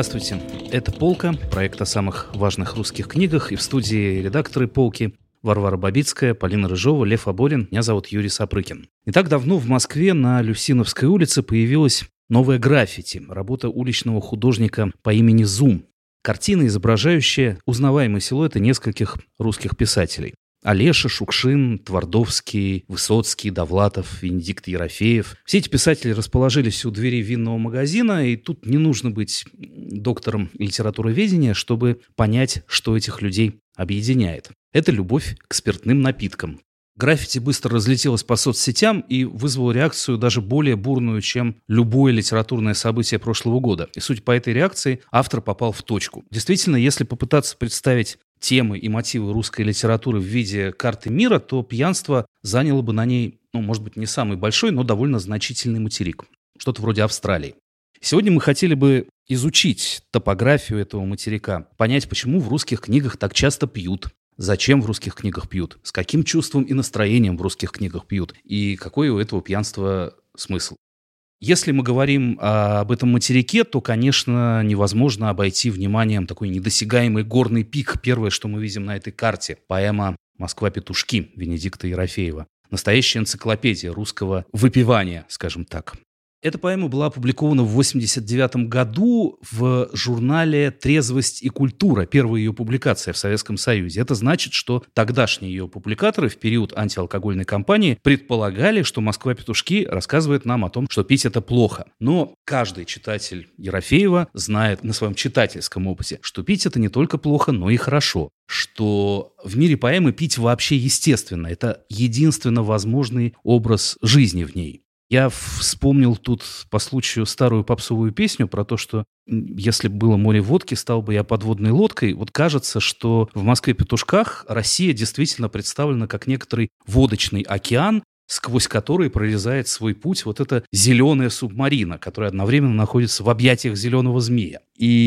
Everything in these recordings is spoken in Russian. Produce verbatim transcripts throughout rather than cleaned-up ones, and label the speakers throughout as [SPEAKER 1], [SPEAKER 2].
[SPEAKER 1] Здравствуйте, это «Полка», проект о самых важных русских книгах, и в студии редакторы «Полки» Варвара Бабицкая, Полина Рыжова, Лев Аборин. Меня зовут Юрий Сапрыкин. Не так давно в Москве на Люсиновской улице появилась новая граффити, работа уличного художника по имени Зум. Картина, изображающая узнаваемые силуэты нескольких русских писателей. Олеша, Шукшин, Твардовский, Высоцкий, Довлатов, Венедикт Ерофеев. Все эти писатели расположились у двери винного магазина, и тут не нужно быть доктором литературоведения, чтобы понять, что этих людей объединяет. Это любовь к спиртным напиткам. Граффити быстро разлетелось по соцсетям и вызвало реакцию даже более бурную, чем любое литературное событие прошлого года. И судя по этой реакции, автор попал в точку. Действительно, если попытаться представить темы и мотивы русской литературы в виде карты мира, то пьянство заняло бы на ней, ну, может быть, не самый большой, но довольно значительный материк. Что-то вроде Австралии. Сегодня мы хотели бы изучить топографию этого материка, понять, почему в русских книгах так часто пьют, зачем в русских книгах пьют, с каким чувством и настроением в русских книгах пьют, и какой у этого пьянства смысл. Если мы говорим об этом материке, то, конечно, невозможно обойти вниманием такой недосягаемый горный пик. Первое, что мы видим на этой карте – поэма «Москва-петушки» Венедикта Ерофеева. Настоящая энциклопедия русского выпивания, скажем так. Эта поэма была опубликована в восемьдесят девятом году в журнале «Трезвость и культура», первая ее публикация в Советском Союзе. Это значит, что тогдашние ее публикаторы в период антиалкогольной кампании предполагали, что «Москва-петушки» рассказывает нам о том, что пить это плохо. Но каждый читатель Ерофеева знает на своем читательском опыте, что пить это не только плохо, но и хорошо. Что в мире поэмы пить вообще естественно. Это единственно возможный образ жизни в ней. Я вспомнил тут по случаю старую попсовую песню про то, что если бы было море водки, стал бы я подводной лодкой. Вот кажется, что в «Москве-петушках» Россия действительно представлена как некоторый водочный океан, сквозь который прорезает свой путь вот эта зеленая субмарина, которая одновременно находится в объятиях зеленого змея.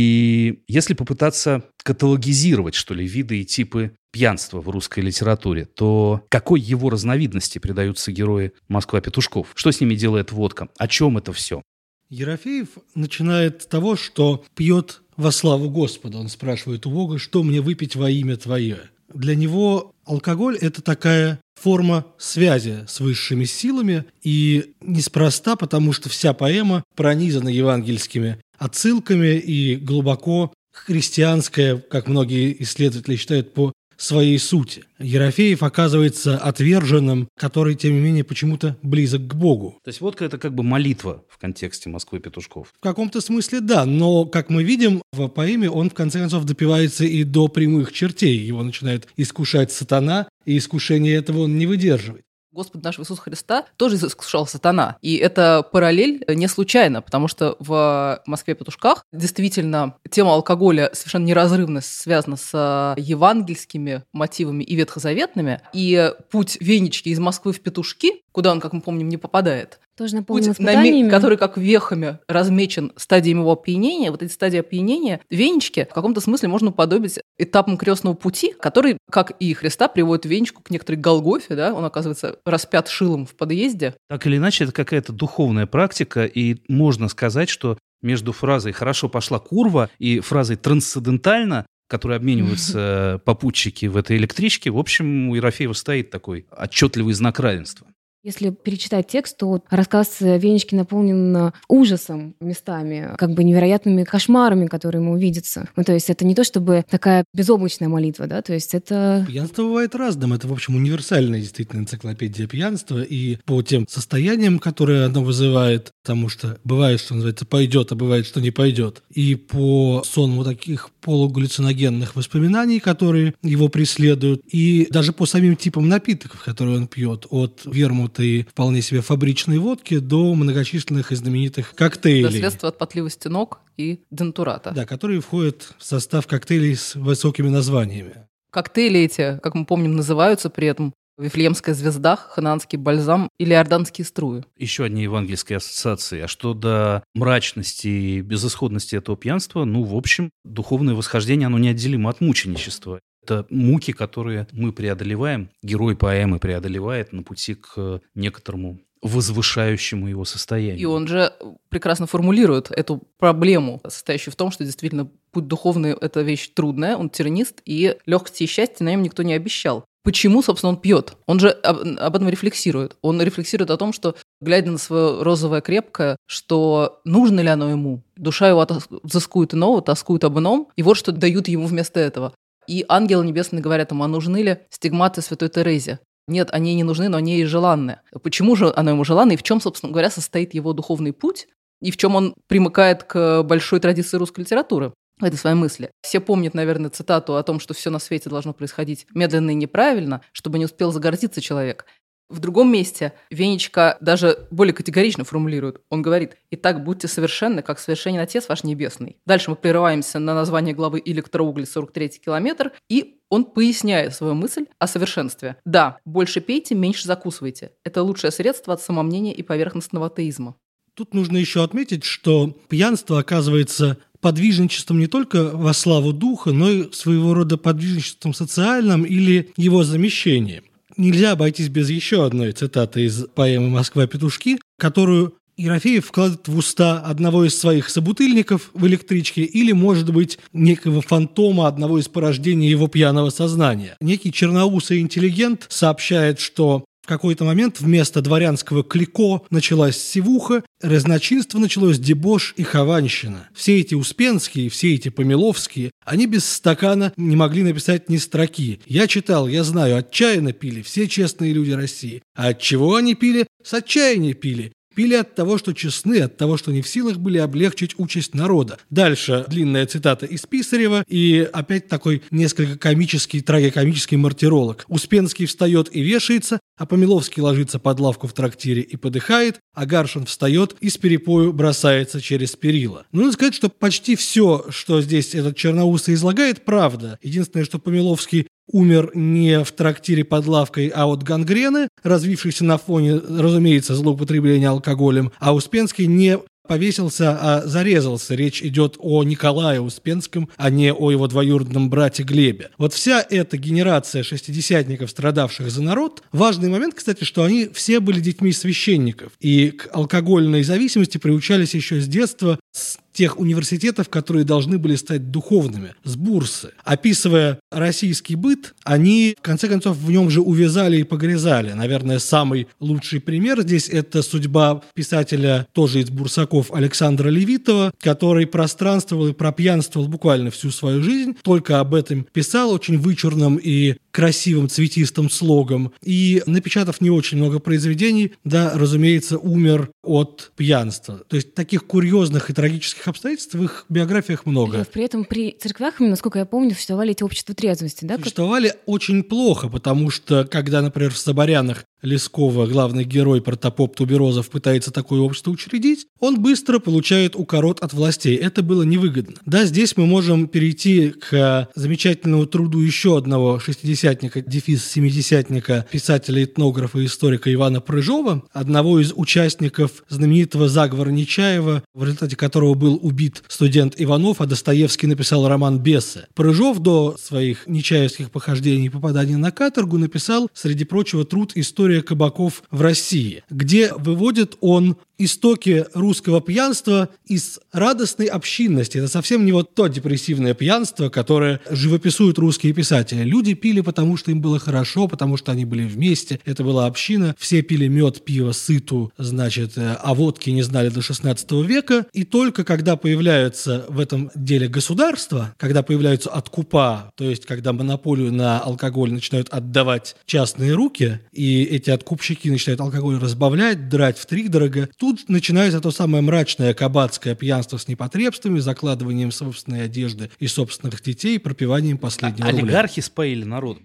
[SPEAKER 1] И если попытаться каталогизировать, что ли, виды и типы пьянства в русской литературе, то какой его разновидности придаются герои «Москва-петушков»? Что с ними делает водка? О чем это все?
[SPEAKER 2] Ерофеев начинает с того, что пьет во славу Господа. Он спрашивает у Бога, что мне выпить во имя Твое. Для него алкоголь – это такая форма связи с высшими силами, и неспроста, потому что вся поэма пронизана евангельскими отсылками и глубоко христианская, как многие исследователи считают, по своей сути. Ерофеев оказывается отверженным, который, тем не менее, почему-то близок к Богу.
[SPEAKER 1] То есть водка – это как бы молитва в контексте «Москвы-петушков».
[SPEAKER 2] В каком-то смысле да, но, как мы видим, в поэме он, в конце концов, допивается и до прямых чертей. Его начинает искушать сатана, и искушение этого он не выдерживает.
[SPEAKER 3] Господь наш Иисус Христа тоже искушал сатана. И эта параллель не случайна, потому что в «Москве-петушках» действительно тема алкоголя совершенно неразрывно связана с евангельскими мотивами и ветхозаветными. И путь Венечки из Москвы в Петушки, куда он, как мы помним, не попадает,
[SPEAKER 4] тоже наполнен
[SPEAKER 3] путь, наме- который как вехами размечен стадиями его опьянения, вот эти стадии опьянения Венечки в каком-то смысле можно уподобить этапам крестного пути, который, как и Христа, приводит Венечку к некоторой Голгофе, да, он оказывается распят шилом в подъезде.
[SPEAKER 1] Так или иначе, это какая-то духовная практика, и можно сказать, что между фразой «хорошо пошла курва» и фразой «трансцендентально», которые обмениваются попутчики в этой электричке, в общем, у Ерофеева стоит такой отчетливый знак равенства.
[SPEAKER 4] Если перечитать текст, то рассказ Венечки наполнен ужасом местами, как бы невероятными кошмарами, которые ему видятся. Ну, то есть это не то чтобы такая безоблачная молитва, да, то есть это...
[SPEAKER 2] Пьянство бывает разным. Это, в общем, универсальная действительно энциклопедия пьянства. И по тем состояниям, которые оно вызывает, потому что бывает, что называется, пойдет, а бывает, что не пойдет. И по сонму таких полугаллюциногенных воспоминаний, которые его преследуют, и даже по самим типам напитков, которые он пьет, от вермута и вполне себе фабричной водки до многочисленных и знаменитых коктейлей.
[SPEAKER 3] До средства от потливости ног и дентурата.
[SPEAKER 2] Да, которые входят в состав коктейлей с высокими названиями.
[SPEAKER 3] Коктейли эти, как мы помним, называются при этом Вифлеемская звезда, Ханаанский бальзам или Иорданские струи.
[SPEAKER 1] Еще одни евангельские ассоциации. А что до мрачности и безысходности этого пьянства, ну, в общем, духовное восхождение, оно неотделимо от мученичества. Это муки, которые мы преодолеваем, герой поэмы преодолевает на пути к некоторому возвышающему его состоянию.
[SPEAKER 3] И он же прекрасно формулирует эту проблему, состоящую в том, что действительно путь духовный – это вещь трудная, он тернист, и легкости и счастья на нем никто не обещал. Почему, собственно, он пьет? Он же об, об этом рефлексирует. Он рефлексирует о том, что, глядя на свое розовое крепкое, что нужно ли оно ему. Душа его взыскует иного, тоскует об ином, и вот что дают ему вместо этого. И ангелы небесные говорят ему, а нужны ли стигматы святой Терезе? Нет, они не нужны, но они ей желанны. Почему же оно ему желанно, и в чем, собственно говоря, состоит его духовный путь, и в чем он примыкает к большой традиции русской литературы? В этой своей мысли. Все помнят, наверное, цитату о том, что все на свете должно происходить медленно и неправильно, чтобы не успел загордиться человек. В другом месте Венечка даже более категорично формулирует. Он говорит: «Итак, будьте совершенны, как совершенен Отец ваш Небесный». Дальше мы прерываемся на название главы «Электроугли, сорок третий километр», и он поясняет свою мысль о совершенстве. Да, больше пейте, меньше закусывайте. Это лучшее средство от самомнения и поверхностного атеизма.
[SPEAKER 2] Тут нужно еще отметить, что пьянство оказывается подвижничеством не только во славу духа, но и своего рода подвижничеством социальным или его замещением. Нельзя обойтись без еще одной цитаты из поэмы «Москва-петушки», которую Ерофеев вкладывает в уста одного из своих собутыльников в электричке или, может быть, некого фантома одного из порождений его пьяного сознания. Некий черноусый интеллигент сообщает, что в какой-то момент вместо дворянского клико началась сивуха, разночинство началось, дебош и хованщина. Все эти Успенские, все эти Помиловские, они без стакана не могли написать ни строки. Я читал, я знаю, отчаянно пили все честные люди России. А от чего они пили? С отчаяния пили. Пили от того, что честны, от того, что не в силах были облегчить участь народа. Дальше длинная цитата из Писарева и опять такой несколько комический, трагикомический мартиролог. Успенский встает и вешается, а Помиловский ложится под лавку в трактире и подыхает, а Гаршин встает и с перепою бросается через перила. Нужно сказать, что почти все, что здесь этот черноусый излагает, правда. Единственное, что Помиловский умер не в трактире под лавкой, а от гангрены, развившейся на фоне, разумеется, злоупотребления алкоголем, а Успенский не повесился, а зарезался. Речь идет о Николае Успенском, а не о его двоюродном брате Глебе. Вот вся эта генерация шестидесятников, страдавших за народ, важный момент, кстати, что они все были детьми священников и к алкогольной зависимости приучались еще с детства, с тех университетов, которые должны были стать духовными, с бурсы. Описывая российский быт, они, в конце концов, в нем же увязали и погрязали. Наверное, самый лучший пример здесь – это судьба писателя, тоже из бурсаков, Александра Левитова, который пространствовал и пропьянствовал буквально всю свою жизнь, только об этом писал очень вычурным и красивым цветистым слогом, и, напечатав не очень много произведений, да, разумеется, умер от пьянства. То есть таких курьезных и трагических обстоятельств в их биографиях много.
[SPEAKER 4] При этом при церквях, насколько я помню, существовали эти общества трезвости, да?
[SPEAKER 2] Существовали как... очень плохо, потому что, когда, например, в Соборянах Лескова, главный герой протопоп Туберозов, пытается такое общество учредить, он быстро получает укорот от властей. Это было невыгодно. Да, здесь мы можем перейти к замечательному труду еще одного шестидесятника, дефис семидесятника, писателя, этнографа и историка Ивана Прыжова, одного из участников знаменитого заговора Нечаева, в результате которого был убит студент Иванов, а Достоевский написал роман «Бесы». Прыжов до своих нечаевских похождений и попадания на каторгу написал, среди прочего, труд «История кабаков в России», где выводит он истоки русского пьянства из радостной общинности. Это совсем не вот то депрессивное пьянство, которое живописуют русские писатели. Люди пили, потому что им было хорошо, потому что они были вместе. Это была община. Все пили мед, пиво, сыту, значит, а водки не знали до шестнадцатого века. И только когда появляется в этом деле государство, когда появляются откупа, то есть когда монополию на алкоголь начинают отдавать частные руки, и эти откупщики начинают алкоголь разбавлять, драть втридорога, тут начинается то самое мрачное кабацкое пьянство с непотребствами, закладыванием собственной одежды и собственных детей, пропиванием последнего
[SPEAKER 1] а,
[SPEAKER 2] рубля.
[SPEAKER 1] Олигархи споили народ.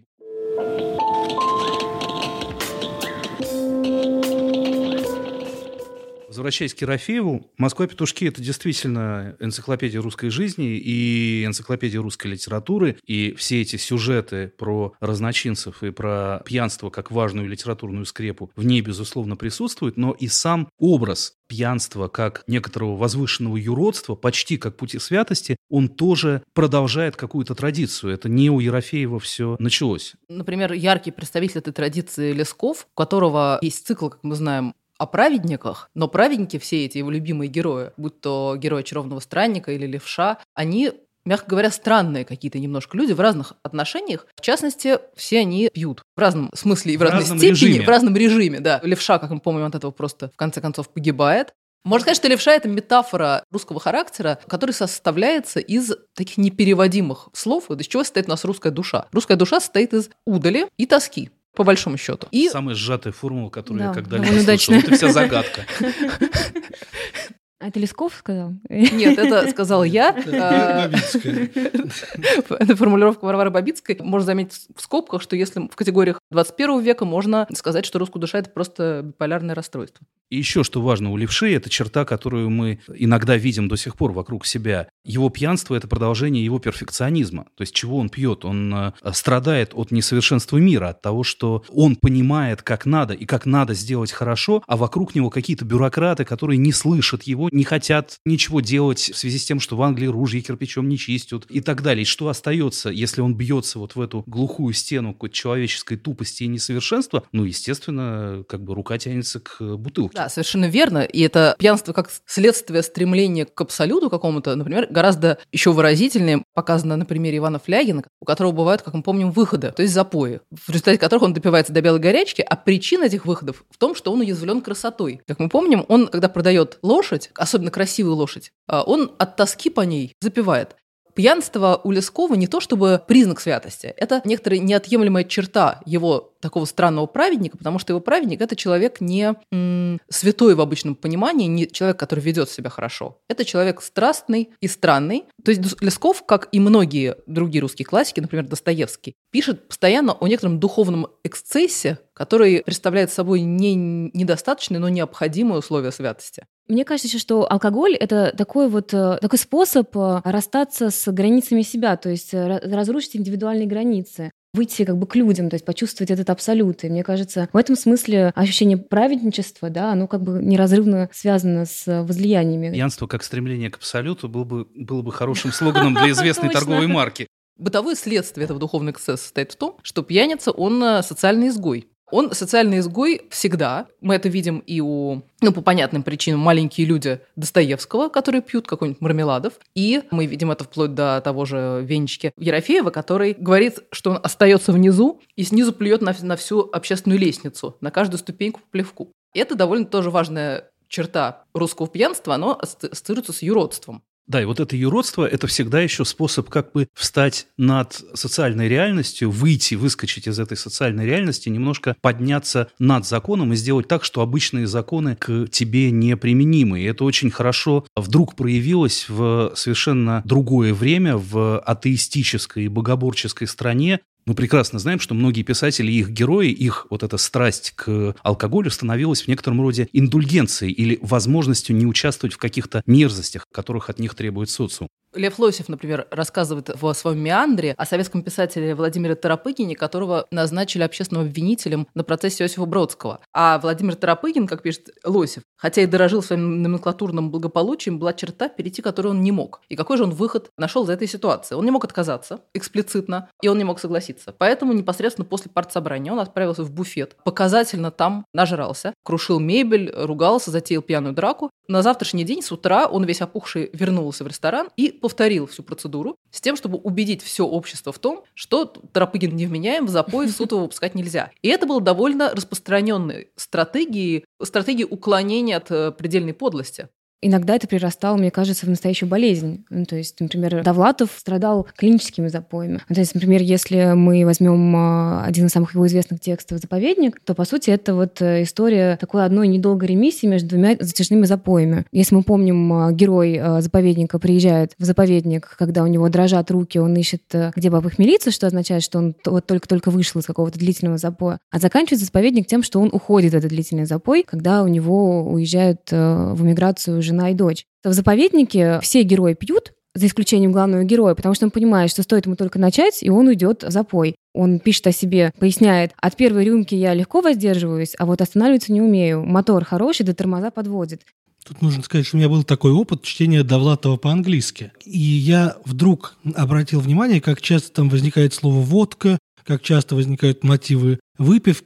[SPEAKER 1] Возвращаясь к Ерофееву, «Москва-петушки» — это действительно энциклопедия русской жизни и энциклопедия русской литературы, и все эти сюжеты про разночинцев и про пьянство как важную литературную скрепу в ней, безусловно, присутствуют, но и сам образ пьянства как некоторого возвышенного юродства, почти как пути святости, он тоже продолжает какую-то традицию. Это не у Ерофеева все началось.
[SPEAKER 3] Например, яркий представитель этой традиции Лесков, у которого есть цикл, как мы знаем, о праведниках, но праведники, все эти его любимые герои, будь то герой «Очарованного странника» или «Левша», они, мягко говоря, странные какие-то немножко люди в разных отношениях. В частности, все они пьют в разном смысле и в, в разной степени, режиме. в разном режиме. Да. Левша, как мы помним, от этого просто в конце концов погибает. Можно сказать, что левша – это метафора русского характера, который составляется из таких непереводимых слов. Вот из чего состоит у нас русская душа? Русская душа состоит из удали и тоски, по большому счету. И...
[SPEAKER 1] Самая сжатая формула, которую да, я когда-либо
[SPEAKER 4] слышал.
[SPEAKER 1] Это вся загадка.
[SPEAKER 4] А это Лесков сказал?
[SPEAKER 3] Нет, это сказала я.
[SPEAKER 2] Бабицкая.
[SPEAKER 3] Это формулировка Варвары Бабицкой. Можно заметить в скобках, что если в категориях двадцать первого века можно сказать, что русская душа – это просто биполярное расстройство.
[SPEAKER 1] И еще что важно у левши, это черта, которую мы иногда видим до сих пор вокруг себя. Его пьянство – это продолжение его перфекционизма. То есть чего он пьет? Он э, страдает от несовершенства мира, от того, что он понимает, как надо и как надо сделать хорошо, а вокруг него какие-то бюрократы, которые не слышат его, не хотят ничего делать в связи с тем, что в Англии ружья кирпичом не чистят и так далее. И что остается, если он бьется вот в эту глухую стену какой-то человеческой тупости и несовершенства? Ну, естественно, как бы рука тянется к бутылке.
[SPEAKER 3] Да, совершенно верно. И это пьянство как следствие стремления к абсолюту какому-то, например, гораздо еще выразительнее показано на примере Ивана Флягина, у которого бывают, как мы помним, выходы, то есть запои, в результате которых он допивается до белой горячки, а причина этих выходов в том, что он уязвлен красотой. Как мы помним, он, когда продает лошадь, особенно красивую лошадь, он от тоски по ней запивает. Пьянство у Лескова не то чтобы признак святости, это некоторая неотъемлемая черта его такого странного праведника, потому что его праведник – это человек не м, святой в обычном понимании, не человек, который ведет себя хорошо. Это человек страстный и странный. То есть Лесков, как и многие другие русские классики, например, Достоевский, пишет постоянно о некотором духовном эксцессе, который представляет собой не недостаточное, но необходимое условие святости.
[SPEAKER 4] Мне кажется еще, что алкоголь – это такой вот такой способ расстаться с границами себя, то есть разрушить индивидуальные границы, выйти как бы к людям, то есть почувствовать этот абсолют. И мне кажется, в этом смысле ощущение праведничества, да, оно как бы неразрывно связано с возлияниями.
[SPEAKER 1] Пьянство как стремление к абсолюту было бы, было бы хорошим слоганом для известной торговой марки.
[SPEAKER 3] Бытовое следствие этого духовного эксцесса состоит в том, что пьяница, он социальный изгой. Он социальный изгой всегда. Мы это видим и у, ну, по понятным причинам, маленькие люди Достоевского, которые пьют какой-нибудь Мармеладов. И мы видим это вплоть до того же Венечки Ерофеева, который говорит, что он остается внизу и снизу плюет на, на всю общественную лестницу, на каждую ступеньку по плевку. И это довольно тоже важная черта русского пьянства, оно ассоциируется с юродством.
[SPEAKER 1] Да, и вот это юродство – это всегда еще способ как бы встать над социальной реальностью, выйти, выскочить из этой социальной реальности, немножко подняться над законом и сделать так, что обычные законы к тебе неприменимы. И это очень хорошо вдруг проявилось в совершенно другое время, в атеистической и богоборческой стране. Мы прекрасно знаем, что многие писатели и их герои, их вот эта страсть к алкоголю становилась в некотором роде индульгенцией или возможностью не участвовать в каких-то мерзостях, которых от них требует социум.
[SPEAKER 3] Лев Лосев, например, рассказывает в своем «Меандре» о советском писателе Владимире Торопыгине, которого назначили общественным обвинителем на процессе Иосифа Бродского. А Владимир Торопыгин, как пишет Лосев, хотя и дорожил своим номенклатурным благополучием, была черта, перейти которую он не мог. И какой же он выход нашел из этой ситуации? Он не мог отказаться эксплицитно, и он не мог согласиться. Поэтому непосредственно после партсобрания он отправился в буфет, показательно там нажрался, крушил мебель, ругался, затеял пьяную драку. На завтрашний день с утра он весь опухший вернулся в ресторан и повторил всю процедуру с тем, чтобы убедить все общество в том, что Торопыгин невменяем, в запой, в суд его выпускать нельзя. И это было довольно распространенной стратегией, стратегией уклонения от предельной подлости.
[SPEAKER 4] Иногда это прирастало, мне кажется, в настоящую болезнь. Ну, то есть, например, Довлатов страдал клиническими запоями. То есть, например, если мы возьмем один из самых его известных текстов «Заповедник», то, по сути, это вот история такой одной недолгой ремиссии между двумя затяжными запоями. Если мы помним, герой «Заповедника» приезжает в заповедник, когда у него дрожат руки, он ищет, где бы похмелиться, что означает, что он вот только-только вышел из какого-то длительного запоя. А заканчивается «Заповедник» тем, что он уходит в этот длительный запой, когда у него уезжают в эмиграцию жена и дочь. В «Заповеднике» все герои пьют, за исключением главного героя, потому что он понимает, что стоит ему только начать, и он уйдет в запой. Он пишет о себе, поясняет: от первой рюмки я легко воздерживаюсь, а вот останавливаться не умею. Мотор хороший, да тормоза подводит.
[SPEAKER 2] Тут нужно сказать, что у меня был такой опыт чтения Довлатова по-английски. И я вдруг обратил внимание, как часто там возникает слово «водка», как часто возникают мотивы выпивки.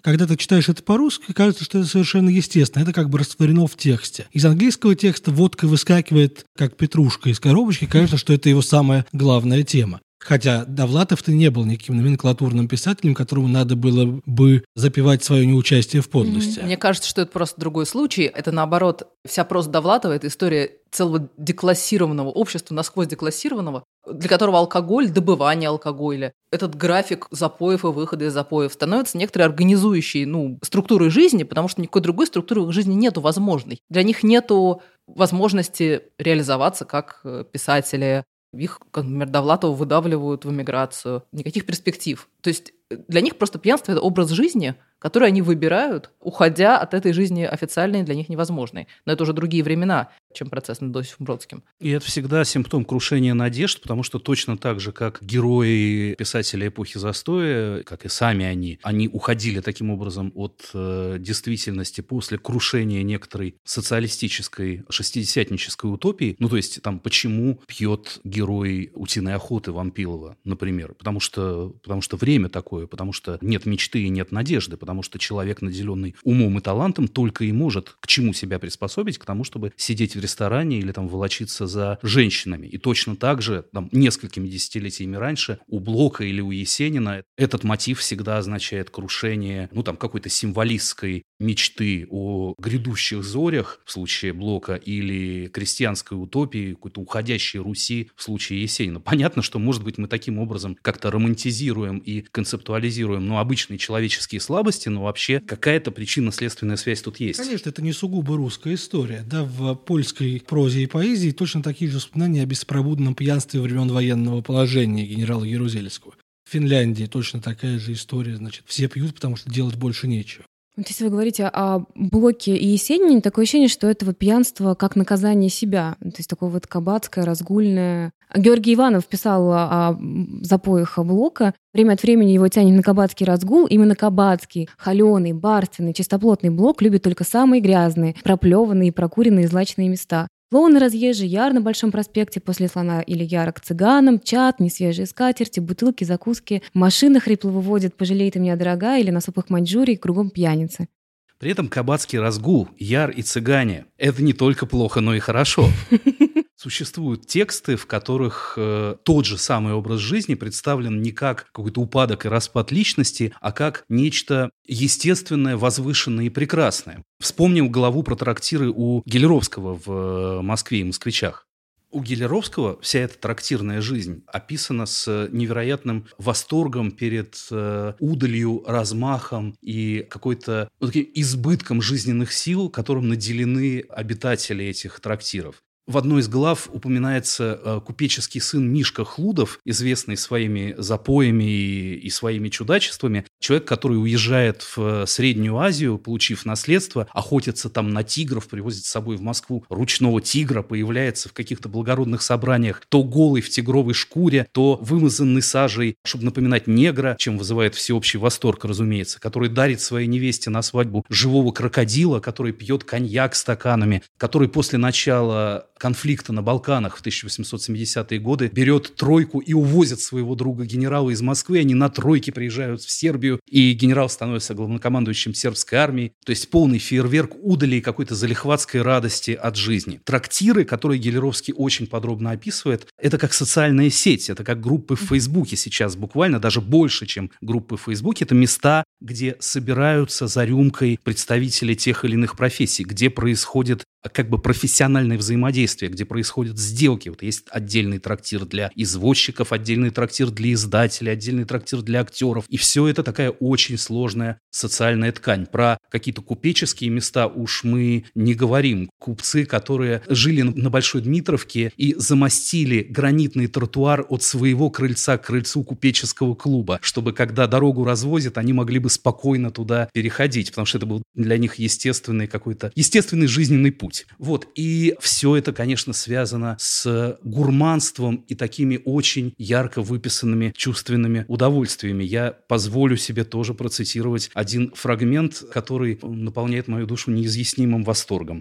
[SPEAKER 2] Когда ты читаешь это по-русски, кажется, что это совершенно естественно. Это как бы растворено в тексте. Из английского текста водка выскакивает, как петрушка из коробочки. Кажется, что это его самая главная тема. Хотя Довлатов-то не был никаким номенклатурным писателем, которому надо было бы запивать свое неучастие в подлости.
[SPEAKER 3] Мне кажется, что это просто другой случай. Это, наоборот, вся прост Довлатова – это история целого деклассированного общества, насквозь деклассированного, для которого алкоголь, добывание алкоголя, этот график запоев и выхода из запоев становится некоторой организующей ну, структурой жизни, потому что никакой другой структуры в их жизни нету возможной. Для них нету возможности реализоваться как писатели. Их, как, например, Довлатова выдавливают в эмиграцию. Никаких перспектив. То есть для них просто пьянство – это образ жизни, который они выбирают, уходя от этой жизни официальной, для них невозможной. Но это уже другие времена, чем процесс над Иосифом Бродским.
[SPEAKER 1] И это всегда симптом крушения надежд, потому что точно так же, как герои писателей эпохи застоя, как и сами они, они уходили таким образом от э, действительности после крушения некоторой социалистической шестидесятнической утопии. Ну, то есть, там, почему пьет герой «Утиной охоты» Вампилова, например? Потому что, потому что время такое, потому что нет мечты и нет надежды, потому что человек, наделенный умом и талантом, только и может к чему себя приспособить, к тому, чтобы сидеть в ресторане или там волочиться за женщинами. И точно так же, там, несколькими десятилетиями раньше, у Блока или у Есенина этот мотив всегда означает крушение, ну, там, какой-то символистской мечты о грядущих зорях в случае Блока или крестьянской утопии, какой-то уходящей Руси в случае Есенина. Понятно, что, может быть, мы таким образом как-то романтизируем и концептуализируем, ну, обычные человеческие слабости, но вообще какая-то причинно-следственная связь тут есть.
[SPEAKER 2] Конечно, это не сугубо русская история. Да, в польской прозе и поэзии точно такие же воспоминания о беспробудном пьянстве времен военного положения генерала Ярузельского. В Финляндии точно такая же история. Значит, все пьют, потому что делать больше нечего.
[SPEAKER 4] Вот если вы говорите о Блоке и Есенине, такое ощущение, что это вот пьянство как наказание себя. То есть такое вот кабацкое, разгульное. Георгий Иванов писал о запоях Блока. Время от времени его тянет на кабацкий разгул. Именно кабацкий, холеный, барственный, чистоплотный Блок любит только самые грязные, проплеванные и прокуренные злачные места. Лоун и разъезжий яр на Большом проспекте после слона или яра к цыганам, чат, несвежие скатерти, бутылки, закуски, машина хрипло выводит «Пожалей ты меня, дорогая» или на сопах Маньчжурии кругом пьяницы.
[SPEAKER 1] При этом кабацкий разгул, яр и цыгане – это не только плохо, но и хорошо. Существуют тексты, в которых э, тот же самый образ жизни представлен не как какой-то упадок и распад личности, а как нечто естественное, возвышенное и прекрасное. Вспомним главу про трактиры у Гелеровского в «Москве и москвичах». У Гелеровского вся эта трактирная жизнь описана с невероятным восторгом перед э, удалью, размахом и какой-то ну, таким избытком жизненных сил, которым наделены обитатели этих трактиров. В одной из глав упоминается э, купеческий сын Мишка Хлудов, известный своими запоями и, и своими чудачествами. Человек, который уезжает в Среднюю Азию, получив наследство, охотится там на тигров, привозит с собой в Москву ручного тигра, появляется в каких-то благородных собраниях то голый в тигровой шкуре, то вымазанный сажей, чтобы напоминать негра, чем вызывает всеобщий восторг, разумеется, который дарит своей невесте на свадьбу живого крокодила, который пьет коньяк стаканами, который после начала конфликта на Балканах в тысяча восемьсот семидесятые годы берет тройку и увозит своего друга генерала из Москвы. Они на тройке приезжают в Сербию, и генерал становится главнокомандующим сербской армией. То есть полный фейерверк удали и какой-то залихватской радости от жизни. Трактиры, которые Гелеровский очень подробно описывает, это как социальная сеть, это как группы в Фейсбуке сейчас буквально, даже больше, чем группы в Фейсбуке. Это места, где собираются за рюмкой представители тех или иных профессий, где происходит как бы профессиональное взаимодействие, где происходят сделки. Вот есть отдельный трактир для извозчиков, отдельный трактир для издателей, отдельный трактир для актеров. И все это такая очень сложная социальная ткань. Про какие-то купеческие места уж мы не говорим. Купцы, которые жили на Большой Дмитровке и замостили гранитный тротуар от своего крыльца к крыльцу купеческого клуба, чтобы, когда дорогу развозят, они могли бы спокойно туда переходить, потому что это был для них естественный какой-то, естественный жизненный путь. Вот, и все это, конечно, связано с гурманством и такими очень ярко выписанными чувственными удовольствиями. Я позволю себе тоже процитировать один фрагмент, который наполняет мою душу неизъяснимым восторгом.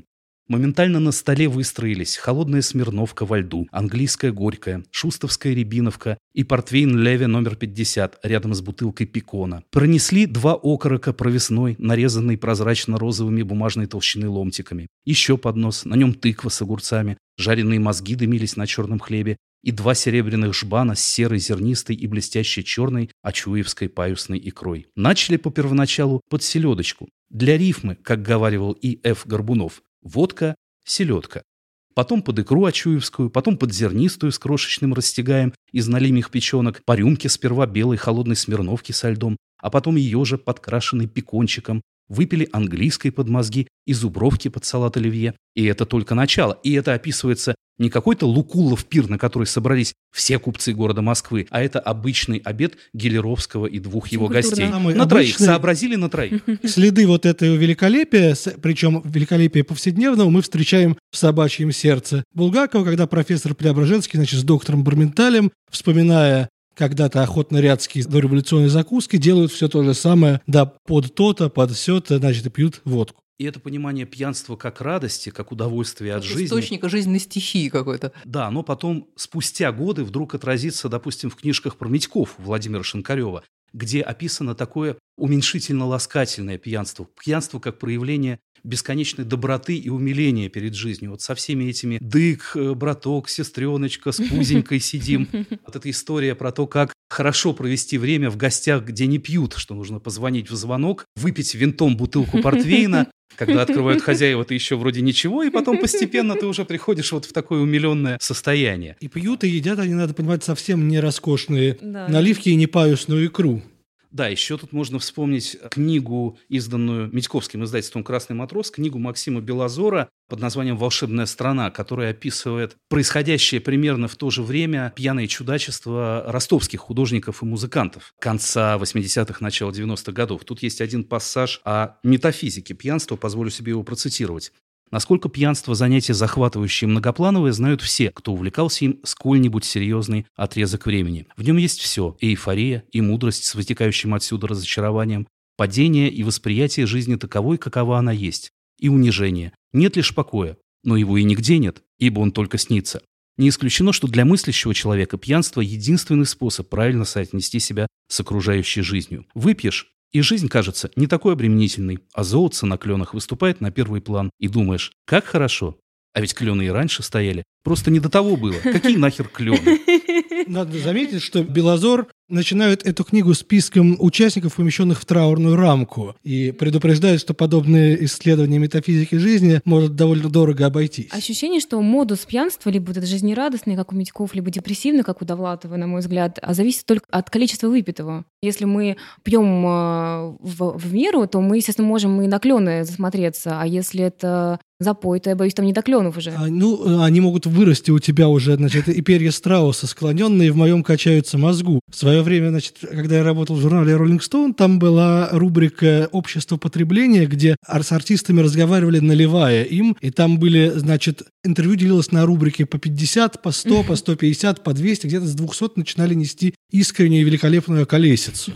[SPEAKER 1] Моментально на столе выстроились холодная смирновка во льду, английская горькая, шустовская рябиновка и портвейн Леве номер пятьдесят рядом с бутылкой пекона. Пронесли два окорока провесной, нарезанный прозрачно-розовыми бумажной толщины ломтиками. Еще поднос, на нем тыква с огурцами, жареные мозги дымились на черном хлебе и два серебряных жбана с серой зернистой и блестящей черной ачуевской паюсной икрой. Начали по первоначалу под селедочку. Для рифмы, как говаривал И Ф Горбунов, водка, селедка. Потом под икру ачуевскую, потом под зернистую с крошечным растягаем из налимих печенок, по рюмке сперва белой холодной смирновки со льдом, а потом ее же подкрашенной пекончиком. Выпили английской под мозги и зубровки под салат оливье. И это только начало. И это описывается не какой-то Лукулов пир, на который собрались все купцы города Москвы, а это обычный обед Гелеровского и двух его гостей.
[SPEAKER 2] Самый
[SPEAKER 1] на троих.
[SPEAKER 2] обычный.
[SPEAKER 1] Сообразили на троих.
[SPEAKER 2] Следы вот этого великолепия, причем великолепия повседневного, мы встречаем в «Собачьем сердце» Булгакова, когда профессор Преображенский, значит, с доктором Барменталем, вспоминая когда-то охотно-рядские дореволюционные закуски, делают все то же самое, да, под то-то, под сё-то, значит, и пьют водку.
[SPEAKER 1] И это понимание пьянства как радости, как удовольствия от жизни.
[SPEAKER 3] Источника жизненной стихии какой-то.
[SPEAKER 1] Да, но потом, спустя годы, вдруг отразится, допустим, в книжках про Митьков Владимира Шинкарева, где описано такое уменьшительно-ласкательное пьянство. Пьянство как проявление бесконечной доброты и умиления перед жизнью. Вот со всеми этими «дык, браток, сестреночка, с пузенькой сидим». Вот эта история про то, как хорошо провести время в гостях, где не пьют, что нужно позвонить в звонок, выпить винтом бутылку портвейна. Когда открывают хозяева, ты еще вроде ничего, и потом постепенно ты уже приходишь вот в такое умиленное состояние.
[SPEAKER 2] И пьют, и едят они, надо понимать, совсем не роскошные
[SPEAKER 4] Да.
[SPEAKER 2] наливки и не паюсную икру.
[SPEAKER 1] Да, еще тут можно вспомнить книгу, изданную Митьковским издательством «Красный матрос», книгу Максима Белозора под названием «Волшебная страна», которая описывает происходящее примерно в то же время пьяное чудачество ростовских художников и музыкантов конца восьмидесятых, начала девяностых годов. Тут есть один пассаж о метафизике пьянства, позволю себе его процитировать. Насколько пьянство – занятие захватывающее и многоплановое, знают все, кто увлекался им сколь-нибудь серьезный отрезок времени. В нем есть все – и эйфория, и мудрость с вытекающим отсюда разочарованием, падение и восприятие жизни таковой, какова она есть, и унижение. Нет лишь покоя, но его и нигде нет, ибо он только снится. Не исключено, что для мыслящего человека пьянство – единственный способ правильно соотнести себя с окружающей жизнью. Выпьешь – и жизнь кажется не такой обременительной, а золото на кленах выступает на первый план. И думаешь, как хорошо. А ведь клены и раньше стояли. Просто не до того было. Какие нахер клены?
[SPEAKER 2] Надо заметить, что Белозор начинает эту книгу списком участников, помещенных в траурную рамку, и предупреждает, что подобные исследования метафизики жизни может довольно дорого обойтись.
[SPEAKER 4] Ощущение, что модус пьянства, либо вот это жизнерадостный, как у Митьков, либо депрессивный, как у Довлатова, на мой взгляд, а зависит только от количества выпитого. Если мы пьем в, в меру, то мы, естественно, можем и на клены засмотреться, а если это запой, то, я боюсь, там не до кленов уже.
[SPEAKER 2] А, ну, они могут вырасти у тебя уже, значит, и перья страуса, склоненные в моем качаются мозгу. В свое время, значит, когда я работал в журнале Rolling Stone, там была рубрика «Общество потребления», где с артистами разговаривали, наливая им, и там были, значит, интервью делилось на рубрике по пятьдесят, по сто, по сто пятьдесят, по двести, где-то с двухсот начинали нести искреннюю и великолепную околесицу.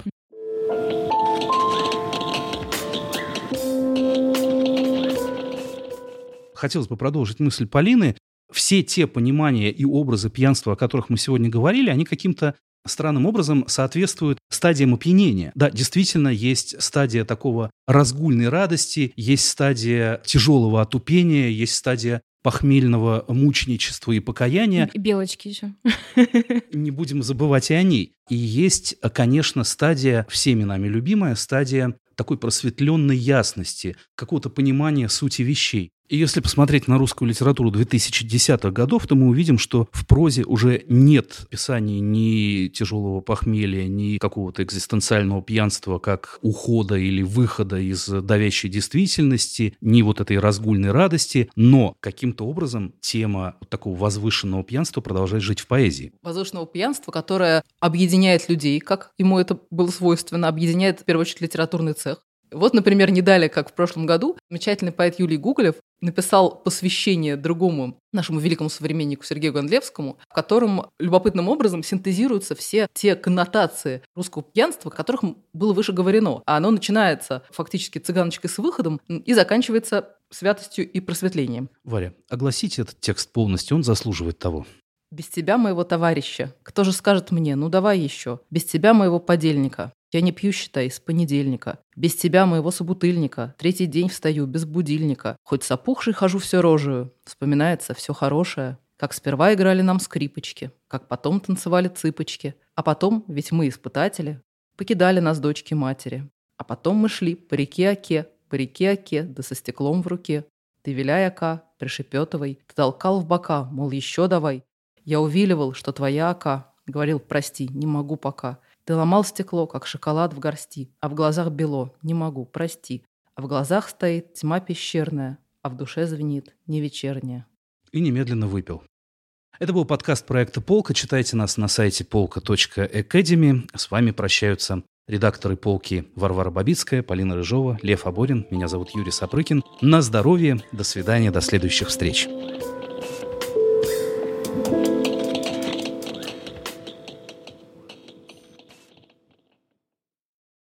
[SPEAKER 1] Хотелось бы продолжить мысль Полины. Все те понимания и образы пьянства, о которых мы сегодня говорили, они каким-то странным образом соответствуют стадиям опьянения. Да, действительно, есть стадия такого разгульной радости, есть стадия тяжелого отупения, есть стадия похмельного мученичества и покаяния.
[SPEAKER 4] И белочки еще.
[SPEAKER 1] Не будем забывать и о ней. И есть, конечно, стадия, всеми нами любимая, стадия такой просветленной ясности, какого-то понимания сути вещей. И если посмотреть на русскую литературу две тысячи десятых годов, то мы увидим, что в прозе уже нет описаний ни тяжелого похмелья, ни какого-то экзистенциального пьянства, как ухода или выхода из давящей действительности, ни вот этой разгульной радости, но каким-то образом тема такого возвышенного пьянства продолжает жить в поэзии.
[SPEAKER 3] Возвышенного пьянства, которое объединяет людей, как ему это было свойственно, объединяет, в первую очередь, литературный цех. Вот, например, не далее, как в прошлом году, замечательный поэт Юлий Гоголев написал посвящение другому нашему великому современнику Сергею Гондлевскому, в котором любопытным образом синтезируются все те коннотации русского пьянства, о которых было выше говорено. А оно начинается фактически цыганочкой с выходом и заканчивается святостью и просветлением.
[SPEAKER 1] Варя, огласите этот текст полностью, он заслуживает того.
[SPEAKER 3] «Без тебя, моего товарища, кто же скажет мне, ну давай еще? Без тебя, моего подельника, я не пью, считай, с понедельника. Без тебя, моего собутыльника, третий день встаю без будильника. Хоть с опухшей хожу все рожею, вспоминается все хорошее. Как сперва играли нам скрипочки, как потом танцевали цыпочки. А потом, ведь мы испытатели, покидали нас дочки-матери. А потом мы шли по реке-оке, по реке-оке, да со стеклом в руке. Ты виляй, ока, пришепетывай, ты толкал в бока, мол, еще давай. Я увиливал, что твоя ока. Говорил, прости, не могу пока. Ты ломал стекло, как шоколад в горсти, а в глазах бело, не могу, прости. А в глазах стоит тьма пещерная, а в душе звенит не вечерняя».
[SPEAKER 1] И немедленно выпил. Это был подкаст проекта «Полка». Читайте нас на сайте полка точка академи. С вами прощаются редакторы «Полки» Варвара Бабицкая, Полина Рыжова, Лев Аборин. Меня зовут Юрий Сапрыкин. На здоровье. До свидания. До следующих встреч.